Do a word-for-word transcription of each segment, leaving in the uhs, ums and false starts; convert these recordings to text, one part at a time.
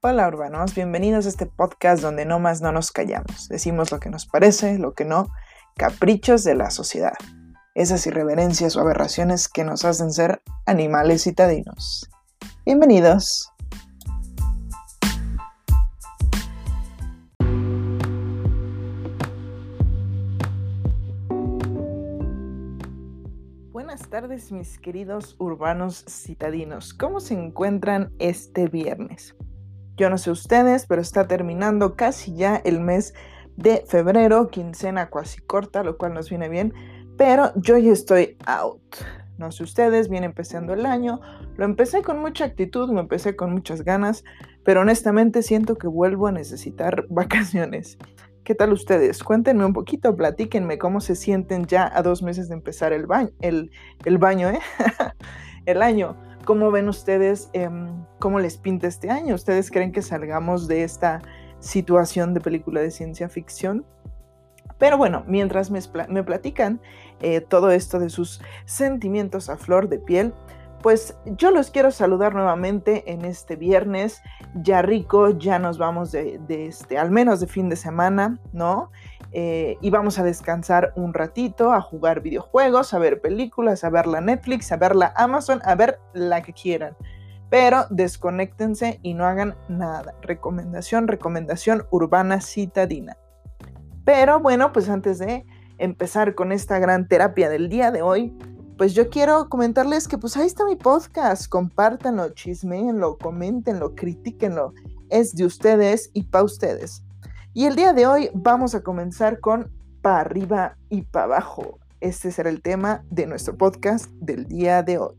Hola urbanos, bienvenidos a este podcast donde no más no nos callamos, decimos lo que nos parece, lo que no, caprichos de la sociedad, esas irreverencias o aberraciones que nos hacen ser animales citadinos. Bienvenidos. Buenas tardes mis queridos urbanos citadinos, ¿cómo se encuentran este viernes? Yo no sé ustedes, pero está terminando casi ya el mes de febrero, quincena casi corta, lo cual nos viene bien, pero yo ya estoy out. No sé ustedes, viene empezando el año, lo empecé con mucha actitud, lo empecé con muchas ganas, pero honestamente siento que vuelvo a necesitar vacaciones. ¿Qué tal ustedes? Cuéntenme un poquito, platíquenme cómo se sienten ya a dos meses de empezar el baño, el, el baño, ¿eh? el año. ¿Cómo ven ustedes, eh, cómo les pinta este año? ¿Ustedes creen que salgamos de esta situación de película de ciencia ficción? Pero bueno, mientras me, me platican eh, todo esto de sus sentimientos a flor de piel, pues yo los quiero saludar nuevamente en este viernes, ya rico, ya nos vamos de, de este, al menos de fin de semana, ¿no? Eh, y vamos a descansar un ratito, a jugar videojuegos, a ver películas, a ver la Netflix, a ver la Amazon, a ver la que quieran. Pero desconéctense y no hagan nada. Recomendación, recomendación urbana citadina. Pero bueno, pues antes de empezar con esta gran terapia del día de hoy, pues yo quiero comentarles que pues ahí está mi podcast, compártanlo, chisméenlo, coméntenlo, critíquenlo, es de ustedes y para ustedes. Y el día de hoy vamos a comenzar con pa' arriba y pa' abajo. Este será el tema de nuestro podcast del día de hoy.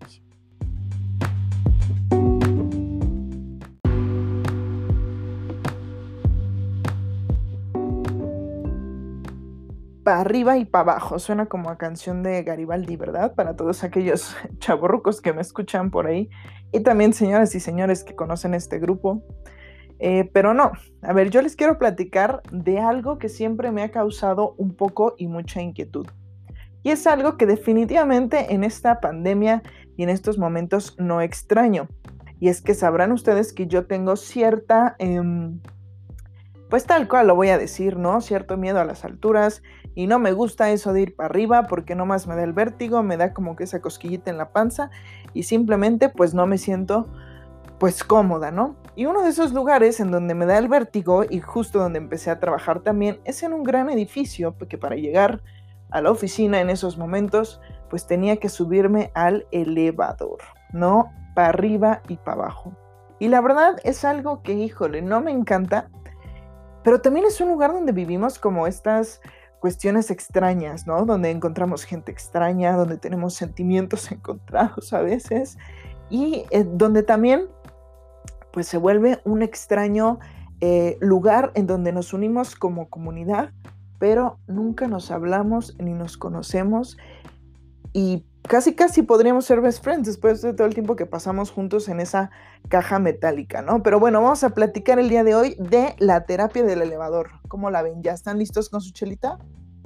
Pa' arriba y pa' abajo, suena como a canción de Garibaldi, ¿verdad? Para todos aquellos chavorrucos que me escuchan por ahí. Y también señoras y señores que conocen este grupo. Eh, pero no, a ver, yo les quiero platicar de algo que siempre me ha causado un poco y mucha inquietud. Y es algo que definitivamente en esta pandemia y en estos momentos no extraño. Y es que sabrán ustedes que yo tengo cierta... Eh, Pues tal cual lo voy a decir, ¿no? Cierto miedo a las alturas y no me gusta eso de ir para arriba porque nomás me da el vértigo, me da como que esa cosquillita en la panza y simplemente pues no me siento pues cómoda, ¿no? Y uno de esos lugares en donde me da el vértigo y justo donde empecé a trabajar también es en un gran edificio porque para llegar a la oficina en esos momentos pues tenía que subirme al elevador, ¿no? Para arriba y para abajo. Y la verdad es algo que, híjole, no me encanta. Pero también es un lugar donde vivimos como estas cuestiones extrañas, ¿no? Donde encontramos gente extraña, donde tenemos sentimientos encontrados a veces y eh, donde también pues se vuelve un extraño eh, lugar en donde nos unimos como comunidad, pero nunca nos hablamos ni nos conocemos y casi casi podríamos ser best friends después de todo el tiempo que pasamos juntos en esa caja metálica, ¿no? Pero bueno, vamos a platicar el día de hoy de la terapia del elevador. ¿Cómo la ven? ¿Ya están listos con su chelita?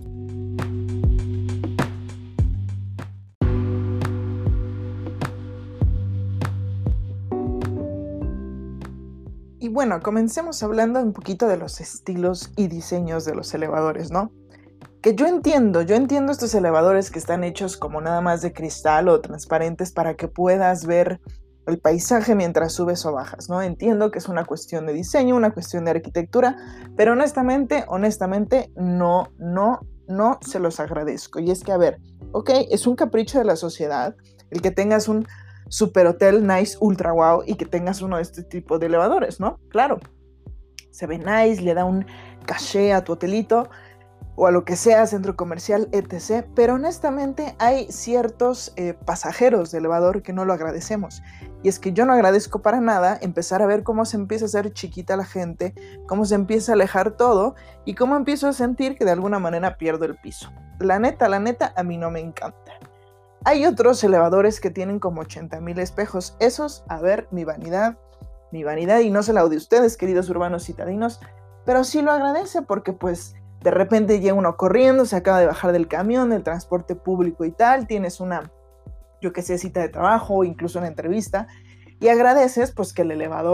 Y bueno, comencemos hablando un poquito de los estilos y diseños de los elevadores, ¿no? Que yo entiendo, yo entiendo estos elevadores que están hechos como nada más de cristal o transparentes para que puedas ver el paisaje mientras subes o bajas, ¿no? Entiendo que es una cuestión de diseño, una cuestión de arquitectura, pero honestamente, honestamente, no, no, no se los agradezco. Y es que, a ver, ok, es un capricho de la sociedad el que tengas un super hotel nice, ultra wow y que tengas uno de este tipo de elevadores, ¿no? Claro, se ve nice, le da un caché a tu hotelito, o a lo que sea, centro comercial, etcétera. Pero honestamente hay ciertos eh, pasajeros de elevador que no lo agradecemos. Y es que yo no agradezco para nada empezar a ver cómo se empieza a hacer chiquita la gente, cómo se empieza a alejar todo y cómo empiezo a sentir que de alguna manera pierdo el piso. La neta, la neta, a mí no me encanta. Hay otros elevadores que tienen como ochenta mil espejos. Esos, a ver, mi vanidad, mi vanidad, y no se la odie a ustedes, queridos urbanos citadinos, pero sí lo agradece porque pues de repente llega uno corriendo, se acaba de bajar del camión, del transporte público y tal, tienes una, yo que sé, cita de trabajo o incluso una entrevista y agradeces pues que el elevador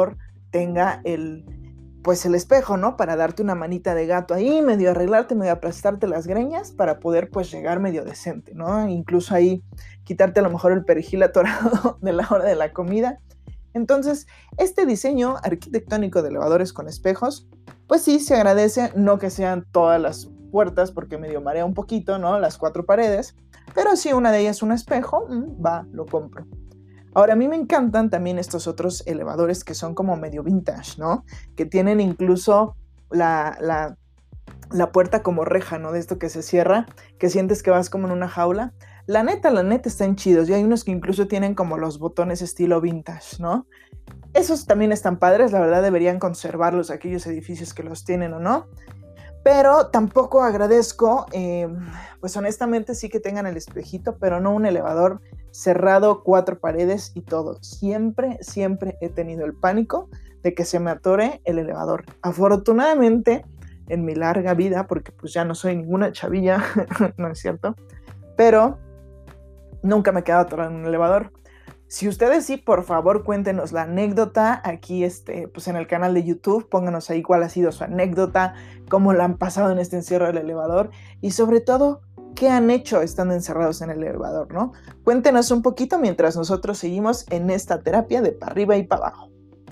tenga el, pues el espejo, ¿no? Para darte una manita de gato ahí, medio arreglarte, medio aplastarte las greñas para poder pues llegar medio decente, ¿no? Incluso ahí quitarte a lo mejor el perejil atorado de la hora de la comida. Entonces, este diseño arquitectónico de elevadores con espejos, pues sí, se agradece, no que sean todas las puertas porque medio marea un poquito, ¿no? Las cuatro paredes, pero si una de ellas es un espejo, va, lo compro. Ahora, a mí me encantan también estos otros elevadores que son como medio vintage, ¿no? Que tienen incluso la, la, la puerta como reja, ¿no? De esto que se cierra, que sientes que vas como en una jaula. La neta, la neta están chidos. Y hay unos que incluso tienen como los botones estilo vintage, ¿no? Esos también están padres, la verdad deberían conservarlos aquellos edificios que los tienen o no. Pero tampoco agradezco, eh, pues honestamente sí que tengan el espejito, pero no un elevador cerrado, cuatro paredes y todo. Siempre, siempre he tenido el pánico de que se me atore el elevador. Afortunadamente, en mi larga vida, porque pues ya no soy ninguna chavilla, no es cierto, pero nunca me he quedado atorado en un elevador. Si ustedes sí, por favor, cuéntenos la anécdota aquí este, pues en el canal de YouTube, pónganos ahí cuál ha sido su anécdota, cómo la han pasado en este encierro del elevador y sobre todo, qué han hecho estando encerrados en el elevador, ¿no? Cuéntenos un poquito mientras nosotros seguimos en esta terapia de para arriba y para abajo.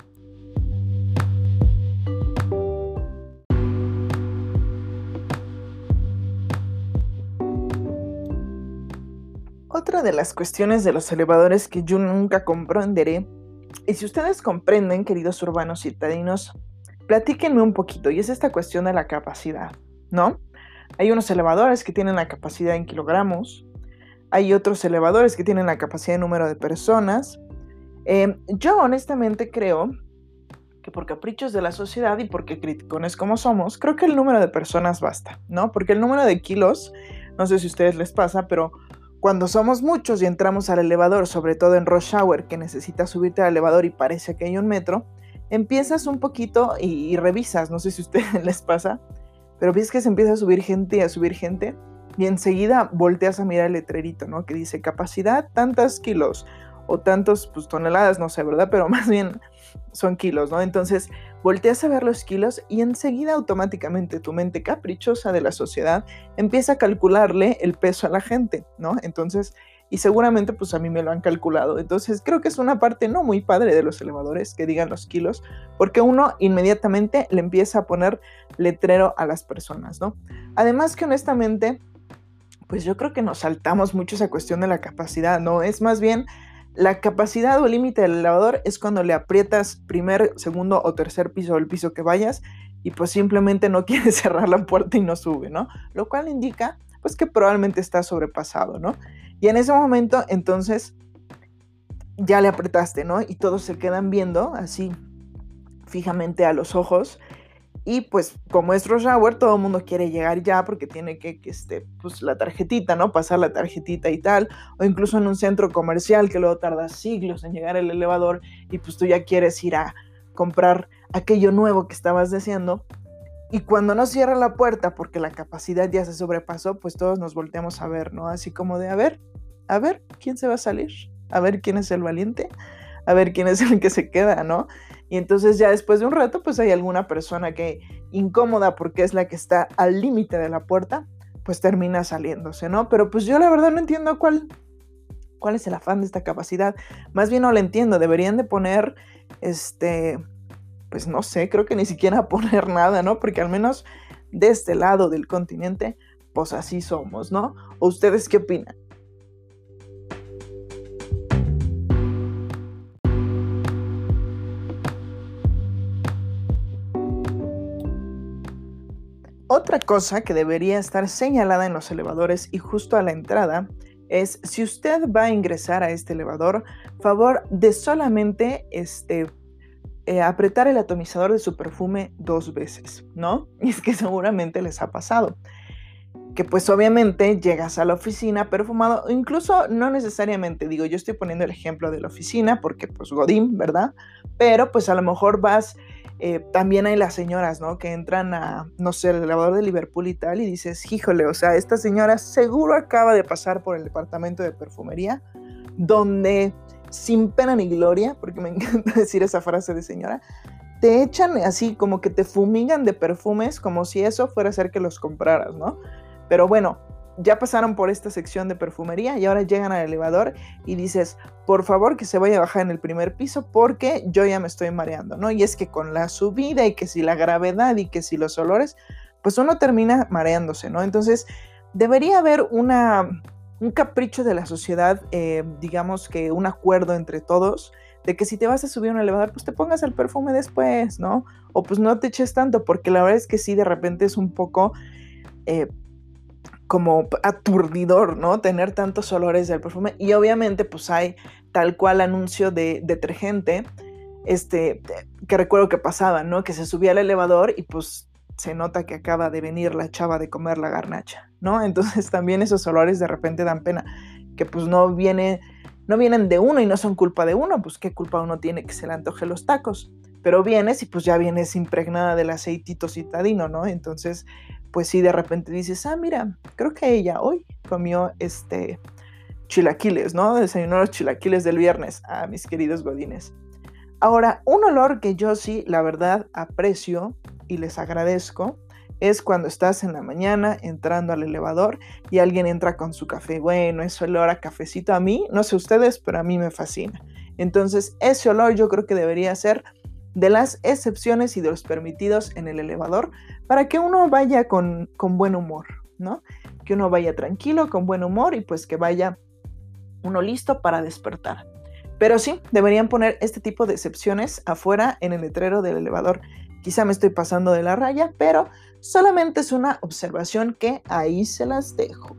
Otra de las cuestiones de los elevadores que yo nunca comprenderé, y si ustedes comprenden, queridos urbanos citadinos, platíquenme un poquito, y es esta cuestión de la capacidad, ¿no? Hay unos elevadores que tienen la capacidad en kilogramos, hay otros elevadores que tienen la capacidad en número de personas. Eh, yo honestamente creo que por caprichos de la sociedad y porque criticones como somos, creo que el número de personas basta, ¿no? Porque el número de kilos, no sé si a ustedes les pasa, pero cuando somos muchos y entramos al elevador, sobre todo en rush hour, que necesitas subirte al elevador y parece que hay un metro, empiezas un poquito y, y revisas, no sé si a ustedes les pasa, pero ves que se empieza a subir gente y a subir gente y enseguida volteas a mirar el letrerito, ¿no? Que dice capacidad tantos kilos o tantos pues, toneladas, no sé, ¿verdad? Pero más bien son kilos, ¿no? Entonces volteas a ver los kilos y enseguida automáticamente tu mente caprichosa de la sociedad empieza a calcularle el peso a la gente, ¿no? Entonces, y seguramente pues a mí me lo han calculado. Entonces creo que es una parte no muy padre de los elevadores que digan los kilos, porque uno inmediatamente le empieza a poner letrero a las personas, ¿no? Además que honestamente, pues yo creo que nos saltamos mucho esa cuestión de la capacidad, ¿no? Es más bien la capacidad o límite del elevador es cuando le aprietas primer, segundo o tercer piso o el piso que vayas y pues simplemente no quieres cerrar la puerta y no sube, ¿no? Lo cual indica pues que probablemente está sobrepasado, ¿no? Y en ese momento entonces ya le apretaste, ¿no? Y todos se quedan viendo así fijamente a los ojos. Y pues como es rush hour, todo el mundo quiere llegar ya porque tiene que, que este, pues la tarjetita, ¿no? Pasar la tarjetita y tal. O incluso en un centro comercial que luego tarda siglos en llegar el elevador y pues tú ya quieres ir a comprar aquello nuevo que estabas deseando. Y cuando no cierra la puerta porque la capacidad ya se sobrepasó, pues todos nos volteamos a ver, ¿no? Así como de, a ver, a ver, ¿quién se va a salir? A ver, ¿quién es el valiente? A ver, ¿quién es el que se queda, ¿no? Y entonces ya después de un rato, pues hay alguna persona que incómoda porque es la que está al límite de la puerta, pues termina saliéndose, ¿no? Pero pues yo la verdad no entiendo cuál, cuál es el afán de esta capacidad. Más bien no la entiendo. Deberían de poner, este, pues no sé, creo que ni siquiera poner nada, ¿no? Porque al menos de este lado del continente, pues así somos, ¿no? ¿O ustedes qué opinan? Otra cosa que debería estar señalada en los elevadores y justo a la entrada es si usted va a ingresar a este elevador, favor de solamente este, eh, apretar el atomizador de su perfume dos veces, ¿no? Y es que seguramente les ha pasado. Que pues obviamente llegas a la oficina perfumado, o incluso no necesariamente, digo, yo estoy poniendo el ejemplo de la oficina porque pues Godín, ¿verdad? Pero pues a lo mejor vas, eh, también hay las señoras, ¿no? Que entran a, no sé, el elevador de Liverpool y tal y dices, híjole, o sea, esta señora seguro acaba de pasar por el departamento de perfumería donde sin pena ni gloria, porque me encanta decir esa frase de señora, te echan así como que te fumigan de perfumes como si eso fuera a hacer que los compraras, ¿no? Pero bueno, ya pasaron por esta sección de perfumería y ahora llegan al elevador y dices, por favor que se vaya a bajar en el primer piso porque yo ya me estoy mareando, ¿no? Y es que con la subida y que si la gravedad y que si los olores, pues uno termina mareándose, ¿no? Entonces debería haber una, un capricho de la sociedad, eh, digamos que un acuerdo entre todos, de que si te vas a subir a un elevador, pues te pongas el perfume después, ¿no? O pues no te eches tanto, porque la verdad es que sí, de repente es un poco eh, como aturdidor, ¿no? Tener tantos olores del perfume. Y obviamente pues hay tal cual anuncio de detergente, este, que recuerdo que pasaba, ¿no? Que se subía al elevador y pues se nota que acaba de venir la chava de comer la garnacha, ¿no? Entonces también esos olores de repente dan pena, que pues no viene... no vienen de uno y no son culpa de uno, pues qué culpa uno tiene que se le antoje los tacos, pero vienes y pues ya vienes impregnada del aceitito citadino, ¿no? Entonces, pues sí, de repente dices, ah, mira, creo que ella hoy comió este chilaquiles, ¿no? Desayunó los chilaquiles del viernes, ah, mis queridos godines. Ahora, un olor que yo sí, la verdad, aprecio y les agradezco, es cuando estás en la mañana entrando al elevador y alguien entra con su café. Bueno, ese olor a cafecito a mí, no sé ustedes, pero a mí me fascina. Entonces, ese olor yo creo que debería ser de las excepciones y de los permitidos en el elevador para que uno vaya con, con buen humor, ¿no? Que uno vaya tranquilo, con buen humor y pues que vaya uno listo para despertar. Pero sí, deberían poner este tipo de excepciones afuera en el letrero del elevador. Quizá me estoy pasando de la raya, pero solamente es una observación que ahí se las dejo.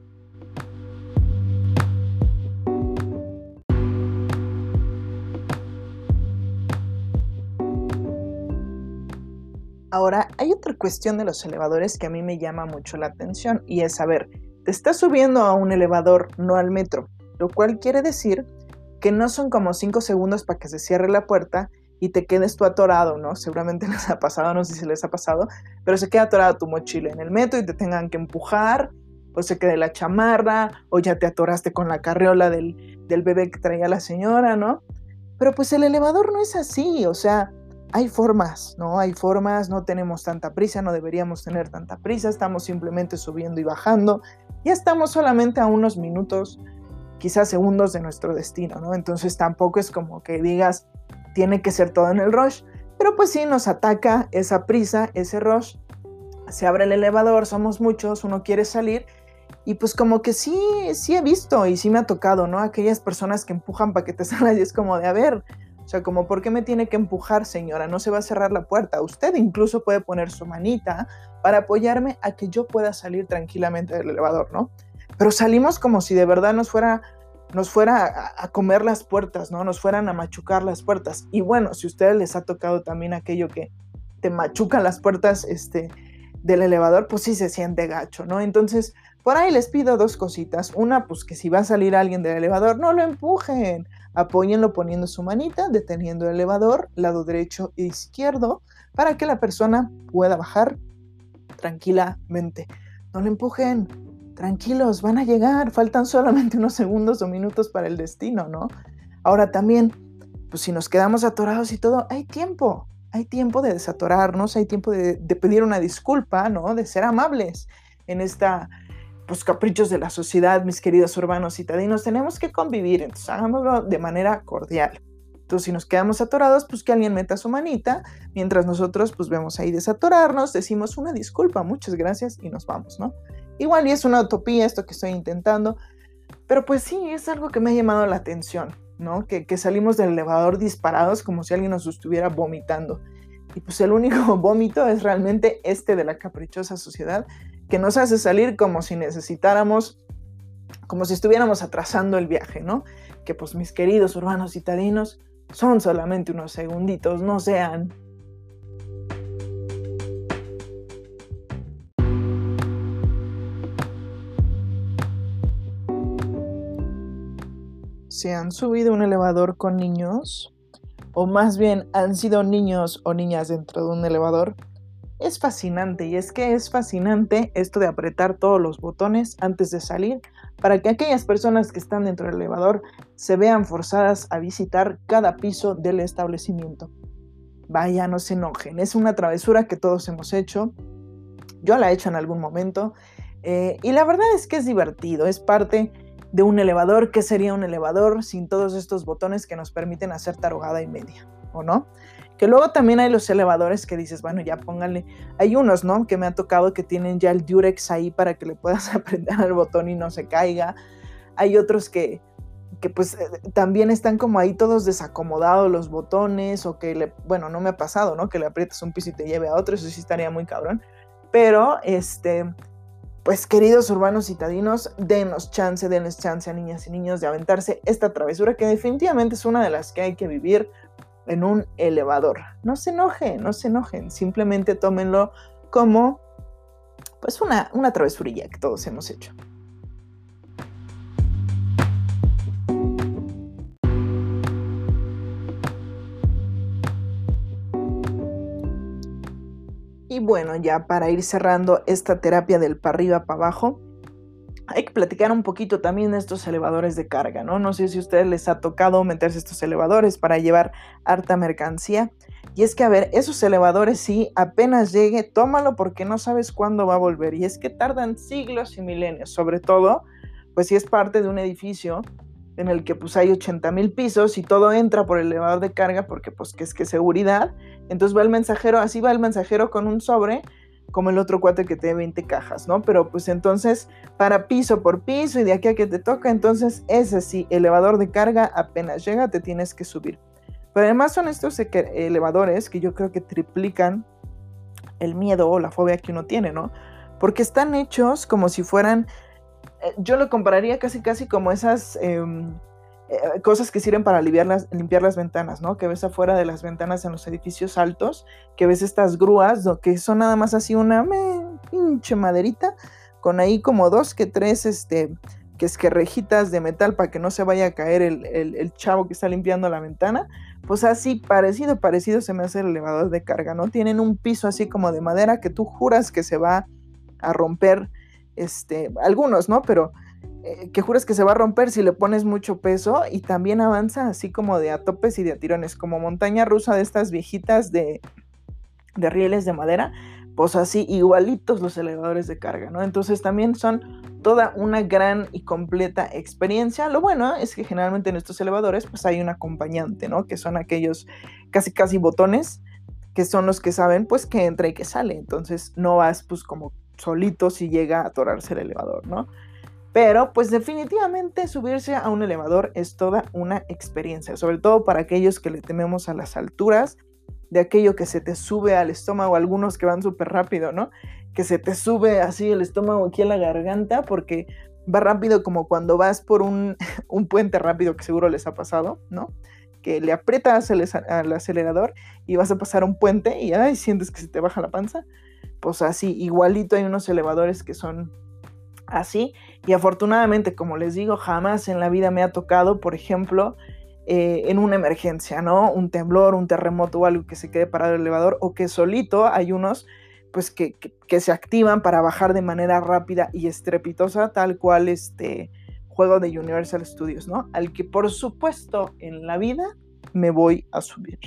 Ahora, hay otra cuestión de los elevadores que a mí me llama mucho la atención y es, a ver, te estás subiendo a un elevador, no al metro, lo cual quiere decir que no son como cinco segundos para que se cierre la puerta y te quedes tú atorado, ¿no? Seguramente les ha pasado, no sé si les ha pasado, pero se queda atorada tu mochila en el metro y te tengan que empujar, o se quede la chamarra, o ya te atoraste con la carriola del, del bebé que traía la señora, ¿no? Pero pues el elevador no es así, o sea, hay formas, ¿no? Hay formas, no tenemos tanta prisa, no deberíamos tener tanta prisa, estamos simplemente subiendo y bajando, ya estamos solamente a unos minutos, quizás segundos de nuestro destino, ¿no? Entonces tampoco es como que digas, tiene que ser todo en el rush, pero pues sí nos ataca esa prisa, ese rush, se abre el elevador, somos muchos, uno quiere salir y pues como que sí, sí he visto y sí me ha tocado, ¿no? Aquellas personas que empujan para que te salgas y es como de, a ver, o sea, como, ¿por qué me tiene que empujar, señora? No se va a cerrar la puerta. Usted incluso puede poner su manita para apoyarme a que yo pueda salir tranquilamente del elevador, ¿no? Pero salimos como si de verdad nos fuera, nos fuera a, a comer las puertas, ¿no? Nos fueran a machucar las puertas. Y bueno, si a ustedes les ha tocado también aquello que te machucan las puertas este, del elevador, pues sí se siente gacho, ¿no? Entonces, por ahí les pido dos cositas. Una, pues que si va a salir alguien del elevador, no lo empujen. Apóyenlo poniendo su manita, deteniendo el elevador, lado derecho e izquierdo, para que la persona pueda bajar tranquilamente. No lo empujen. Tranquilos, van a llegar, faltan solamente unos segundos o minutos para el destino, ¿no? Ahora también, pues si nos quedamos atorados y todo, hay tiempo, hay tiempo de desatorarnos, hay tiempo de, de pedir una disculpa, ¿no? De ser amables en esta, pues caprichos de la sociedad, mis queridos urbanos citadinos, tenemos que convivir, entonces hagámoslo de manera cordial. Entonces, si nos quedamos atorados, pues que alguien meta su manita, mientras nosotros pues vemos ahí desatorarnos, decimos una disculpa, muchas gracias y nos vamos, ¿no? Igual y es una utopía esto que estoy intentando, pero pues sí, es algo que me ha llamado la atención, ¿no? Que, que salimos del elevador disparados como si alguien nos estuviera vomitando. Y pues el único vómito es realmente este de la caprichosa sociedad que nos hace salir como si necesitáramos, como si estuviéramos atrasando el viaje, ¿no? Que pues mis queridos urbanos citadinos, son solamente unos segunditos, no sean. ¿Se han subido a un elevador con niños? O más bien, ¿han sido niños o niñas dentro de un elevador? Es fascinante, y es que es fascinante esto de apretar todos los botones antes de salir para que aquellas personas que están dentro del elevador se vean forzadas a visitar cada piso del establecimiento. vaya, no se enojen. Es una travesura que todos hemos hecho. Yo la he hecho en algún momento. Eh, y la verdad es que es divertido. Es parte de un elevador. ¿Qué sería un elevador sin todos estos botones que nos permiten hacer tarugada y media? ¿O no? Que luego también hay los elevadores que dices, bueno, ya pónganle. Hay unos, ¿no? Que me ha tocado que tienen ya el Durex ahí para que le puedas apretar al botón y no se caiga. Hay otros que, que pues eh, también están como ahí todos desacomodados los botones, o que le, bueno, no me ha pasado, ¿no? Que le aprietas un piso y te lleve a otro, eso sí estaría muy cabrón. Pero, este, pues queridos urbanos citadinos, denos chance, denles chance a niñas y niños de aventarse esta travesura que definitivamente es una de las que hay que vivir en un elevador. No se enojen, no se enojen, simplemente tómenlo como pues una, una travesurilla que todos hemos hecho. Y bueno, ya para ir cerrando esta terapia del para arriba, para abajo, hay que platicar un poquito también de estos elevadores de carga, ¿no? No sé si a ustedes les ha tocado meterse estos elevadores para llevar harta mercancía. Y es que, a ver, esos elevadores sí, apenas llegue, tómalo porque no sabes cuándo va a volver. Y es que tardan siglos y milenios, sobre todo, pues si es parte de un edificio en el que pues hay ochenta mil pisos y todo entra por el elevador de carga porque pues que es que seguridad. Entonces va el mensajero, así va el mensajero con un sobre, como el otro cuate que tiene veinte cajas, ¿no? Pero pues entonces para piso por piso y de aquí a que te toca, entonces ese sí, elevador de carga, apenas llega te tienes que subir. Pero además son estos elevadores que yo creo que triplican el miedo o la fobia que uno tiene, ¿no? Porque están hechos como si fueran, yo lo compararía casi casi como esas eh, eh, cosas que sirven para limpiar las, limpiar las ventanas, ¿no? Que ves afuera de las ventanas en los edificios altos, que ves estas grúas, ¿no? Que son nada más así una me, pinche maderita, con ahí como dos que tres, este, que es que rejitas de metal para que no se vaya a caer el, el, el chavo que está limpiando la ventana. Pues así, parecido, parecido se me hace el elevador de carga, ¿no? Tienen un piso así como de madera que tú juras que se va a romper. Este, algunos, ¿no? Pero eh, que juras que se va a romper si le pones mucho peso, y también avanza así como de a topes y de a tirones, como montaña rusa de estas viejitas de, de rieles de madera, pues así igualitos los elevadores de carga, ¿no? Entonces también son toda una gran y completa experiencia. Lo bueno es que generalmente en estos elevadores pues hay un acompañante, ¿no? Que son aquellos casi casi botones, que son los que saben pues que entra y que sale, entonces no vas pues como solito si llega a atorarse el elevador, ¿no? Pero pues definitivamente subirse a un elevador es toda una experiencia, sobre todo para aquellos que le tememos a las alturas, de aquello que se te sube al estómago, algunos que van súper rápido, ¿no? Que se te sube así el estómago aquí a la garganta porque va rápido, como cuando vas por un, un puente rápido, que seguro les ha pasado, ¿no? Que le aprietas el, al acelerador y vas a pasar un puente y ay, sientes que se te baja la panza. Pues así, igualito hay unos elevadores que son así, y afortunadamente, como les digo, jamás en la vida me ha tocado, por ejemplo, eh, en una emergencia, ¿no? Un temblor, un terremoto o algo que se quede parado el elevador, o que solito hay unos pues que, que, que se activan para bajar de manera rápida y estrepitosa, tal cual este juego de Universal Studios, ¿no? Al que por supuesto en la vida me voy a subir.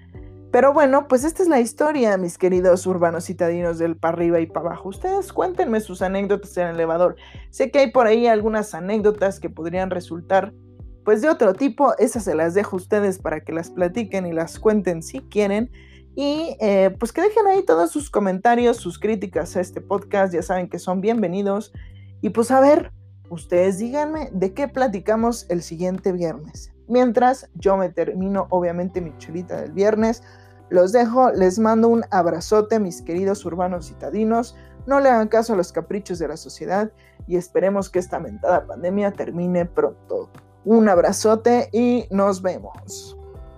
Pero bueno, pues esta es la historia, mis queridos urbanos citadinos del para arriba y para abajo. Ustedes cuéntenme sus anécdotas en el elevador. Sé que hay por ahí algunas anécdotas que podrían resultar pues de otro tipo. Esas se las dejo a ustedes para que las platiquen y las cuenten si quieren. Y eh, pues que dejen ahí todos sus comentarios, sus críticas a este podcast. Ya saben que son bienvenidos. Y pues a ver, ustedes díganme de qué platicamos el siguiente viernes. Mientras yo me termino obviamente mi chulita del viernes, los dejo, les mando un abrazote, mis queridos urbanos citadinos. No le hagan caso a los caprichos de la sociedad y esperemos que esta mentada pandemia termine pronto. Un abrazote y nos vemos.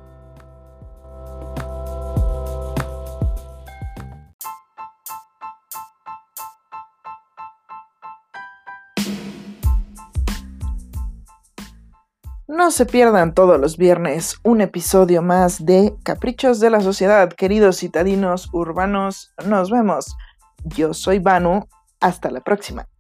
No se pierdan todos los viernes un episodio más de Caprichos de la Sociedad, queridos citadinos urbanos. Nos vemos. Yo soy Banu. Hasta la próxima.